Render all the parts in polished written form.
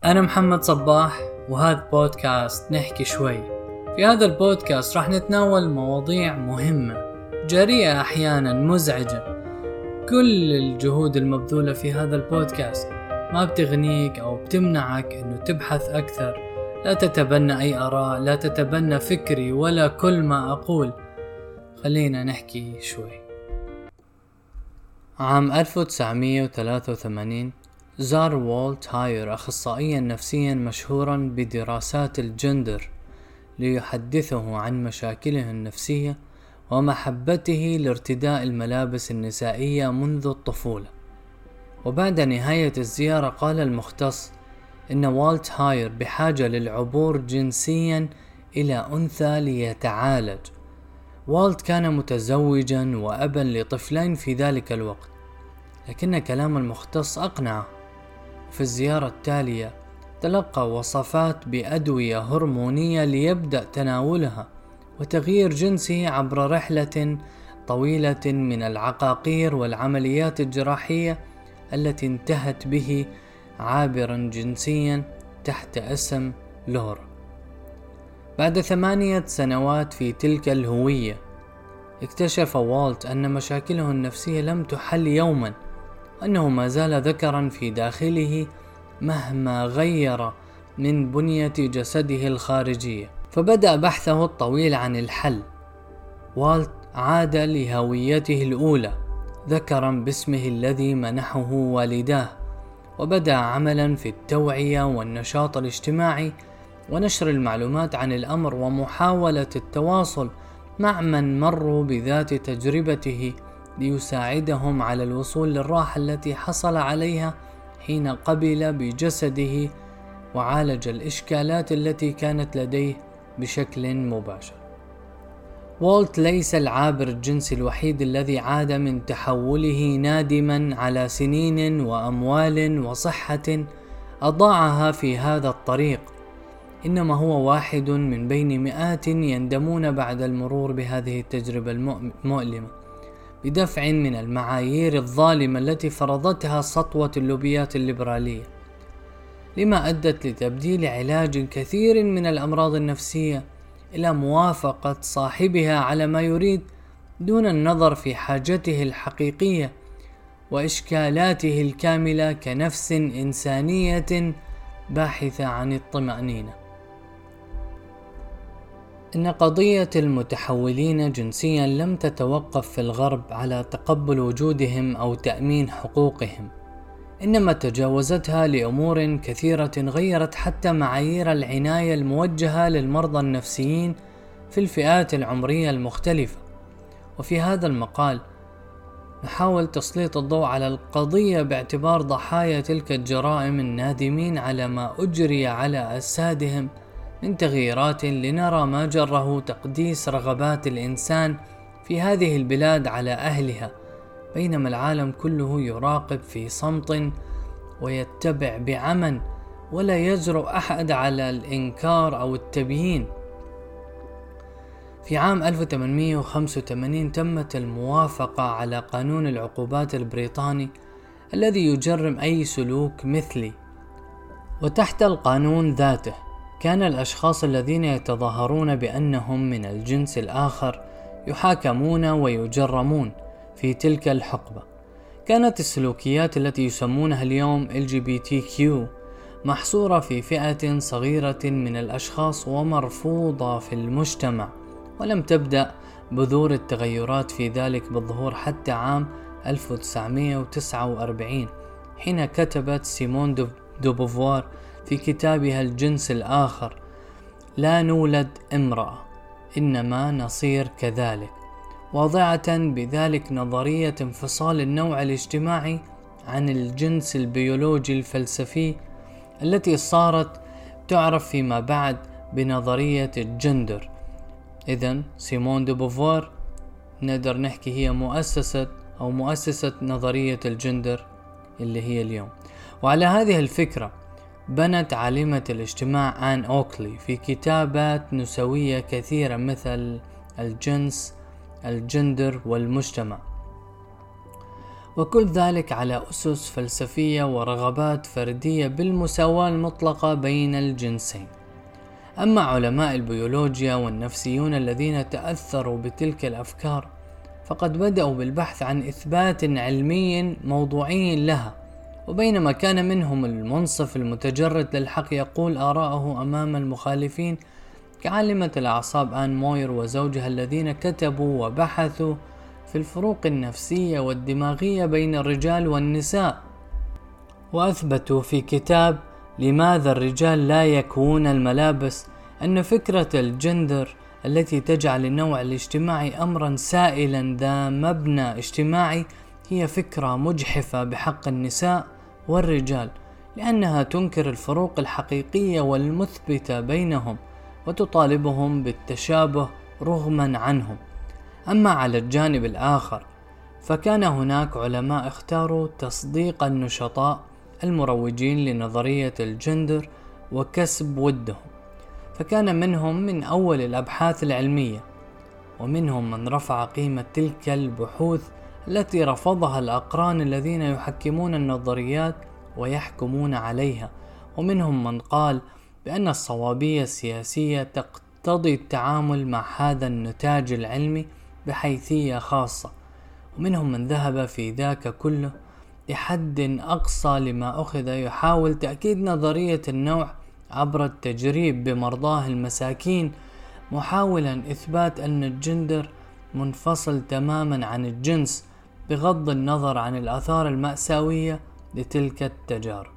أنا محمد صباح وهذا بودكاست نحكي شوي. في هذا البودكاست راح نتناول مواضيع مهمة، جريئة أحيانا مزعجة. كل الجهود المبذولة في هذا البودكاست ما بتغنيك أو بتمنعك أنه تبحث أكثر. لا تتبنى أي آراء، لا تتبنى فكري ولا كل ما أقول. خلينا نحكي شوي. عام 1983 زار والت هاير أخصائيا نفسيا مشهورا بدراسات الجندر ليحدثه عن مشاكله النفسية ومحبته لارتداء الملابس النسائية منذ الطفولة. وبعد نهاية الزيارة قال المختص إن والت هاير بحاجة للعبور جنسيا إلى أنثى ليتعالج. والت كان متزوجا وأبا لطفلين في ذلك الوقت، لكن كلام المختص أقنعه. في الزيارة التالية تلقى وصفات بأدوية هرمونية ليبدأ تناولها وتغيير جنسه عبر رحلة طويلة من العقاقير والعمليات الجراحية التي انتهت به عابرا جنسيا تحت اسم لورا. بعد 8 سنوات في تلك الهوية اكتشف والت أن مشاكله النفسية لم تحل يوما، أنه ما زال ذكرا في داخله مهما غير من بنية جسده الخارجية. فبدأ بحثه الطويل عن الحل. والت عاد لهويته الأولى، ذكرا باسمه الذي منحه والداه، وبدأ عملا في التوعية والنشاط الاجتماعي ونشر المعلومات عن الأمر ومحاولة التواصل مع من مروا بذات تجربته ليساعدهم على الوصول للراحة التي حصل عليها حين قبل بجسده وعالج الإشكالات التي كانت لديه بشكل مباشر. والت ليس العابر الجنسي الوحيد الذي عاد من تحوله نادما على سنين وأموال وصحة أضاعها في هذا الطريق، إنما هو واحد من بين مئات يندمون بعد المرور بهذه التجربة المؤلمة بدفع من المعايير الظالمة التي فرضتها سطوة اللوبيات الليبرالية، لما أدت لتبديل علاج كثير من الأمراض النفسية إلى موافقة صاحبها على ما يريد دون النظر في حاجته الحقيقية وإشكالاته الكاملة كنفس إنسانية باحثة عن الطمأنينة. إن قضية المتحولين جنسيا لم تتوقف في الغرب على تقبل وجودهم أو تأمين حقوقهم، إنما تجاوزتها لأمور كثيرة غيرت حتى معايير العناية الموجهة للمرضى النفسيين في الفئات العمرية المختلفة. وفي هذا المقال نحاول تسليط الضوء على القضية باعتبار ضحايا تلك الجرائم النادمين على ما أجري على أجسادهم من تغييرات، لنرى ما جره تقديس رغبات الإنسان في هذه البلاد على أهلها، بينما العالم كله يراقب في صمت ويتبع بعمى ولا يجرؤ أحد على الإنكار أو التبيين. في عام 1885 تمت الموافقة على قانون العقوبات البريطاني الذي يجرم أي سلوك مثلي، وتحت القانون ذاته كان الأشخاص الذين يتظاهرون بأنهم من الجنس الآخر يحاكمون ويجرمون في تلك الحقبة. كانت السلوكيات التي يسمونها اليوم LGBTQ محصورة في فئة صغيرة من الأشخاص ومرفوضة في المجتمع، ولم تبدأ بذور التغيرات في ذلك بالظهور حتى عام 1949 حين كتبت سيمون دو بوفوار في كتابها الجنس الآخر: لا نولد امرأة إنما نصير كذلك، واضعة بذلك نظرية انفصال النوع الاجتماعي عن الجنس البيولوجي الفلسفي التي صارت تعرف فيما بعد بنظرية الجندر. إذن سيمون دو بوفوار نقدر نحكي هي مؤسسة نظرية الجندر اللي هي اليوم. وعلى هذه الفكرة بنت عالمة الاجتماع آن أوكلي في كتابات نسوية كثيرة مثل الجنس، الجندر والمجتمع. وكل ذلك على أسس فلسفية ورغبات فردية بالمساواة المطلقة بين الجنسين. أما علماء البيولوجيا والنفسيون الذين تأثروا بتلك الأفكار فقد بدأوا بالبحث عن إثبات علمي موضوعي لها، وبينما كان منهم المنصف المتجرد للحق يقول آراءه أمام المخالفين كعالمة الأعصاب آن موير وزوجها الذين كتبوا وبحثوا في الفروق النفسية والدماغية بين الرجال والنساء، وأثبتوا في كتاب لماذا الرجال لا يكوون الملابس أن فكرة الجندر التي تجعل النوع الاجتماعي أمرا سائلا ذا مبنى اجتماعي هي فكرة مجحفة بحق النساء والرجال، لأنها تنكر الفروق الحقيقية والمثبتة بينهم وتطالبهم بالتشابه رغما عنهم. أما على الجانب الآخر فكان هناك علماء اختاروا تصديق النشطاء المروجين لنظرية الجندر وكسب ودهم، فكان منهم من أول الأبحاث العلمية، ومنهم من رفع قيمة تلك البحوث التي رفضها الأقران الذين يحكمون النظريات ويحكمون عليها، ومنهم من قال بأن الصوابية السياسية تقتضي التعامل مع هذا النتاج العلمي بحيثية خاصة، ومنهم من ذهب في ذاك كله لحد أقصى لما أخذ يحاول تأكيد نظرية النوع عبر التجريب بمرضاه المساكين، محاولا إثبات أن الجندر منفصل تماما عن الجنس بغض النظر عن الآثار المأساوية لتلك التجارب.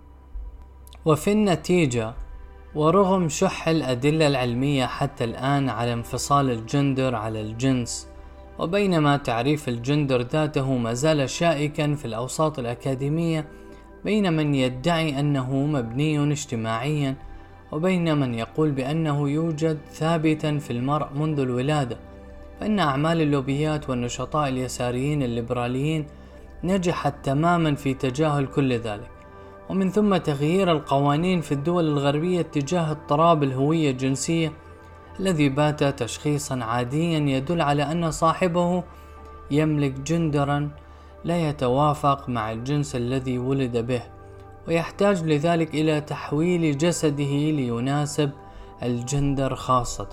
وفي النتيجة ورغم شح الأدلة العلمية حتى الآن على انفصال الجندر على الجنس، وبينما تعريف الجندر ذاته ما زال شائكا في الأوساط الأكاديمية بين من يدعي أنه مبني اجتماعيا وبين من يقول بأنه يوجد ثابتا في المرء منذ الولادة، فإن أعمال اللوبيات والنشطاء اليساريين الليبراليين نجحت تماما في تجاهل كل ذلك، ومن ثم تغيير القوانين في الدول الغربية تجاه اضطراب الهوية الجنسية الذي بات تشخيصا عاديا يدل على أن صاحبه يملك جندرا لا يتوافق مع الجنس الذي ولد به، ويحتاج لذلك إلى تحويل جسده ليناسب الجندر خاصة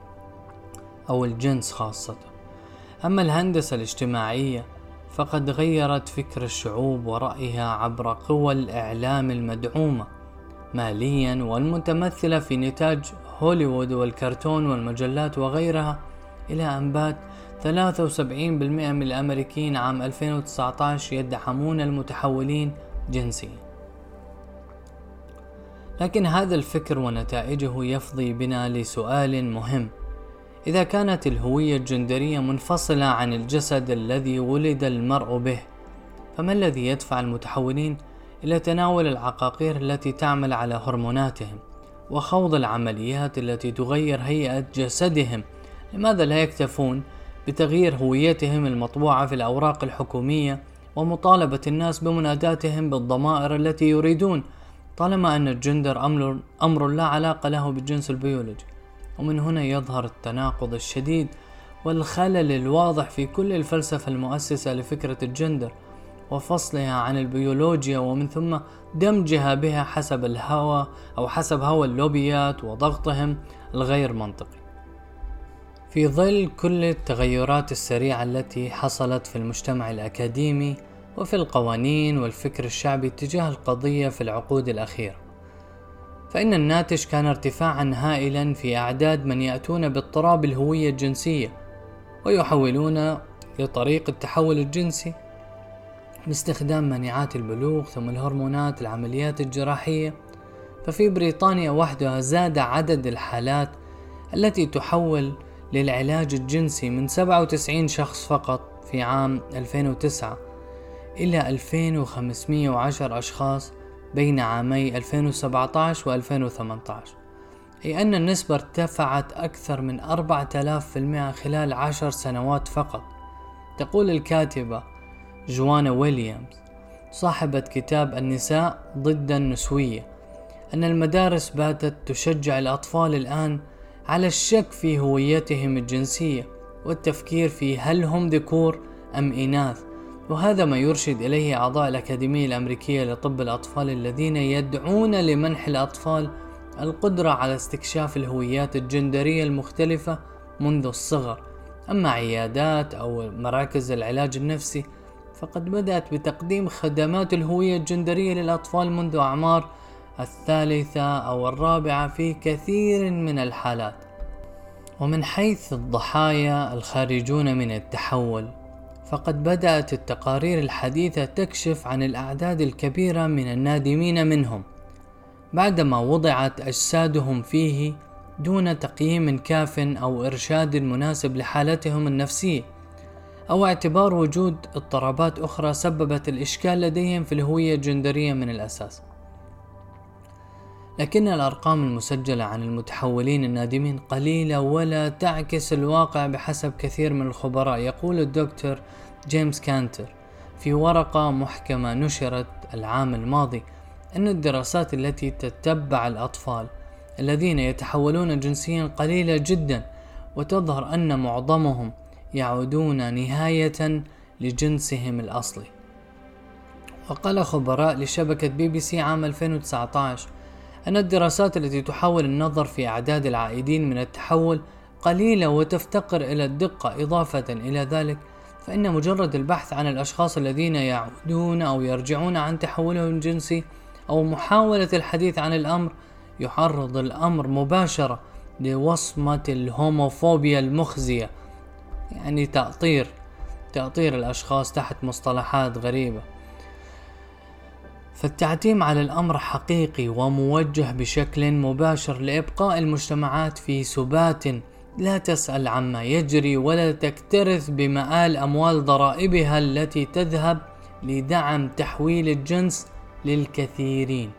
أو الجنس خاصة. أما الهندسة الاجتماعية فقد غيرت فكر الشعوب ورأيها عبر قوى الإعلام المدعومة ماليا والمتمثلة في نتاج هوليوود والكرتون والمجلات وغيرها، إلى أن بات 73% من الأمريكيين عام 2019 يدعمون المتحولين جنسيا. لكن هذا الفكر ونتائجه يفضي بنا لسؤال مهم: إذا كانت الهوية الجندرية منفصلة عن الجسد الذي ولد المرء به، فما الذي يدفع المتحولين إلى تناول العقاقير التي تعمل على هرموناتهم وخوض العمليات التي تغير هيئة جسدهم؟ لماذا لا يكتفون بتغيير هويتهم المطبوعة في الأوراق الحكومية ومطالبة الناس بمناداتهم بالضمائر التي يريدون، طالما أن الجندر أمر لا علاقة له بالجنس البيولوجي؟ ومن هنا يظهر التناقض الشديد والخلل الواضح في كل الفلسفة المؤسسة لفكرة الجندر وفصلها عن البيولوجيا، ومن ثم دمجها بها حسب الهوى أو حسب هوى اللوبيات وضغطهم الغير منطقي. في ظل كل التغيرات السريعة التي حصلت في المجتمع الأكاديمي وفي القوانين والفكر الشعبي تجاه القضية في العقود الأخيرة، فإن الناتج كان ارتفاعا هائلا في أعداد من يأتون باضطراب الهوية الجنسية ويحولون لطريق التحول الجنسي باستخدام مانعات البلوغ ثم الهرمونات العمليات الجراحية. ففي بريطانيا وحدها زاد عدد الحالات التي تحول للعلاج الجنسي من 97 شخص فقط في عام 2009 إلى 2510 أشخاص بين عامي 2017 و 2018، أي أن النسبة ارتفعت أكثر من 4000% خلال 10 سنوات فقط. تقول الكاتبة جوانا ويليامز صاحبة كتاب النساء ضد النسوية أن المدارس باتت تشجع الأطفال الآن على الشك في هويتهم الجنسية والتفكير في هل هم ذكور أم إناث، وهذا ما يرشد إليه أعضاء الأكاديمية الأمريكية لطب الأطفال الذين يدعون لمنح الأطفال القدرة على استكشاف الهويات الجندرية المختلفة منذ الصغر. أما عيادات أو مراكز العلاج النفسي فقد بدأت بتقديم خدمات الهوية الجندرية للأطفال منذ أعمار 3 أو 4 في كثير من الحالات. ومن حيث الضحايا الخارجون من التحول، فقد بدأت التقارير الحديثة تكشف عن الأعداد الكبيرة من النادمين منهم بعدما وضعت أجسادهم فيه دون تقييم كاف أو إرشاد مناسب لحالتهم النفسية، أو اعتبار وجود اضطرابات أخرى سببت الإشكال لديهم في الهوية الجندرية من الأساس. لكن الأرقام المسجلة عن المتحولين النادمين قليلة ولا تعكس الواقع بحسب كثير من الخبراء. يقول الدكتور جيمس كانتر في ورقة محكمة نشرت العام الماضي أن الدراسات التي تتبع الأطفال الذين يتحولون جنسيا قليلة جدا، وتظهر أن معظمهم يعودون نهاية لجنسهم الأصلي. وقال خبراء لشبكة BBC عام 2019 أن الدراسات التي تحاول النظر في أعداد العائدين من التحول قليلة وتفتقر إلى الدقة. إضافة إلى ذلك، فإن مجرد البحث عن الأشخاص الذين يعودون أو يرجعون عن تحولهم الجنسي أو محاولة الحديث عن الأمر يعرض الأمر مباشرة لوصمة الهوموفوبيا المخزية، يعني تأطير الأشخاص تحت مصطلحات غريبة. فالتعتيم على الأمر حقيقي وموجه بشكل مباشر لإبقاء المجتمعات في سبات لا تسأل عما يجري ولا تكترث بمآل أموال ضرائبها التي تذهب لدعم تحويل الجنس للكثيرين.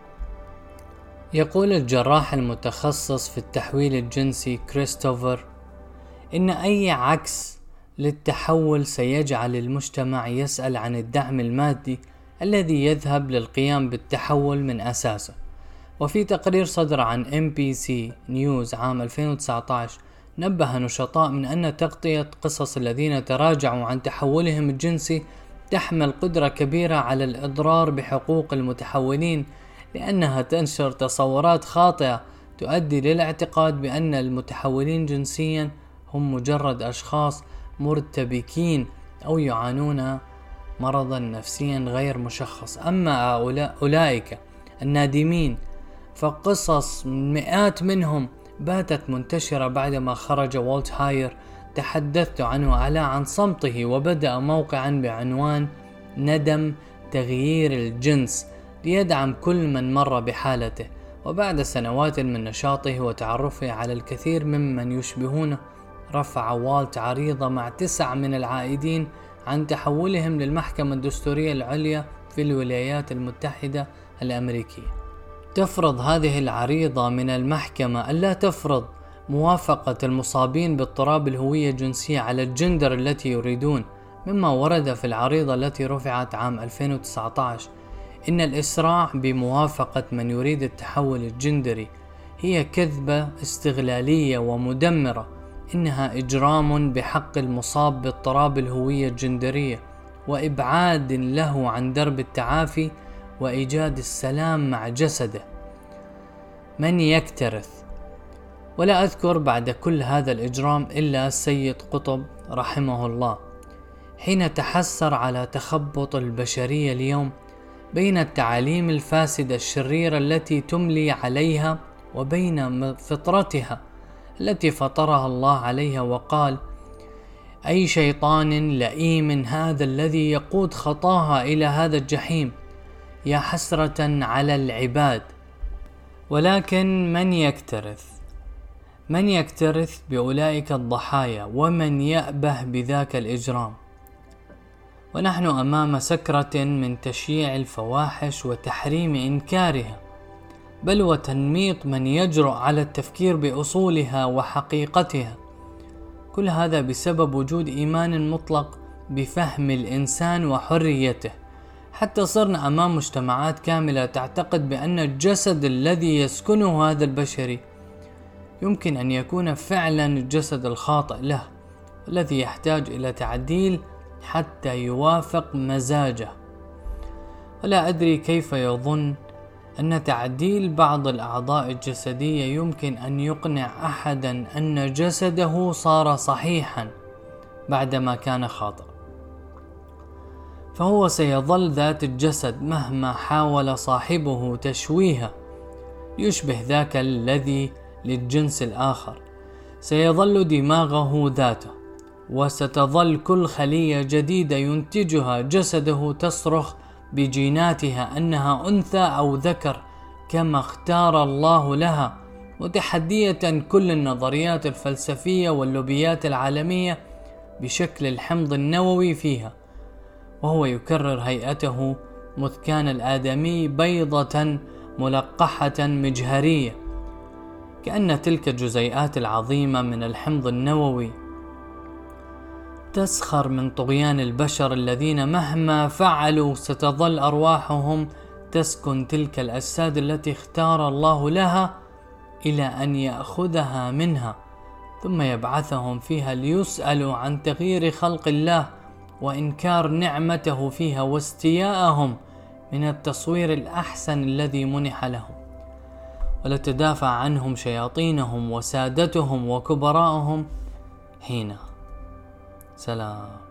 يقول الجراح المتخصص في التحويل الجنسي كريستوفر إن أي عكس للتحول سيجعل المجتمع يسأل عن الدعم المادي الذي يذهب للقيام بالتحول من أساسه. وفي تقرير صدر عن MBC نيوز عام 2019 نبه نشطاء من أن تغطية قصص الذين تراجعوا عن تحولهم الجنسي تحمل قدرة كبيرة على الإضرار بحقوق المتحولين، لأنها تنشر تصورات خاطئة تؤدي للاعتقاد بأن المتحولين جنسيا هم مجرد أشخاص مرتبكين أو يعانون مرضا نفسيا غير مشخص. أما أولئك النادمين فقصص مئات منهم باتت منتشرة بعدما خرج والت هاير تحدثت عنه أعلى عن صمته وبدأ موقعا بعنوان ندم تغيير الجنس ليدعم كل من مر بحالته. وبعد سنوات من نشاطه وتعرفه على الكثير ممن يشبهونه، رفع والت عريضة مع 9 من العائدين عن تحولهم للمحكمة الدستورية العليا في الولايات المتحدة الأمريكية. تفرض هذه العريضة من المحكمة ألا تفرض موافقة المصابين باضطراب الهوية الجنسية على الجندر التي يريدون، مما ورد في العريضة التي رفعت عام 2019 إن الإسراع بموافقة من يريد التحول الجندري هي كذبة استغلالية ومدمرة، إنها إجرام بحق المصاب باضطراب الهوية الجندرية وإبعاد له عن درب التعافي وإيجاد السلام مع جسده. من يكترث؟ ولا أذكر بعد كل هذا الإجرام إلا السيد قطب رحمه الله حين تحسر على تخبط البشرية اليوم بين التعاليم الفاسدة الشريرة التي تملي عليها وبين فطرتها التي فطرها الله عليها، وقال: أي شيطان لئيم هذا الذي يقود خطاها إلى هذا الجحيم، يا حسرة على العباد. ولكن من يكترث بأولئك الضحايا ومن يأبه بذاك الإجرام؟ ونحن أمام سكرة من تشييع الفواحش وتحريم إنكارها، بل وتنميط من يجرؤ على التفكير بأصولها وحقيقتها. كل هذا بسبب وجود إيمان مطلق بفهم الإنسان وحريته، حتى صرنا أمام مجتمعات كاملة تعتقد بأن الجسد الذي يسكنه هذا البشري يمكن أن يكون فعلا الجسد الخاطئ له، الذي يحتاج إلى تعديل حتى يوافق مزاجه. ولا أدري كيف يظن أن تعديل بعض الأعضاء الجسدية يمكن أن يقنع أحدا أن جسده صار صحيحا بعدما كان خاطئ، فهو سيظل ذات الجسد مهما حاول صاحبه تشويهه يشبه ذاك الذي للجنس الآخر. سيظل دماغه ذاته، وستظل كل خلية جديدة ينتجها جسده تصرخ بجيناتها أنها أنثى أو ذكر كما اختار الله لها، متحدية كل النظريات الفلسفية واللوبيات العالمية بشكل الحمض النووي فيها. وهو يكرر هيئته مذ كان الآدمي بيضة ملقحة مجهرية، كأن تلك الجزيئات العظيمة من الحمض النووي تسخر من طغيان البشر الذين مهما فعلوا ستظل أرواحهم تسكن تلك الأجساد التي اختار الله لها، إلى أن يأخذها منها ثم يبعثهم فيها ليسألوا عن تغيير خلق الله وإنكار نعمته فيها واستياءهم من التصوير الأحسن الذي منح لهم. ولتدافع عنهم شياطينهم وسادتهم وكبراءهم حينها. سلام.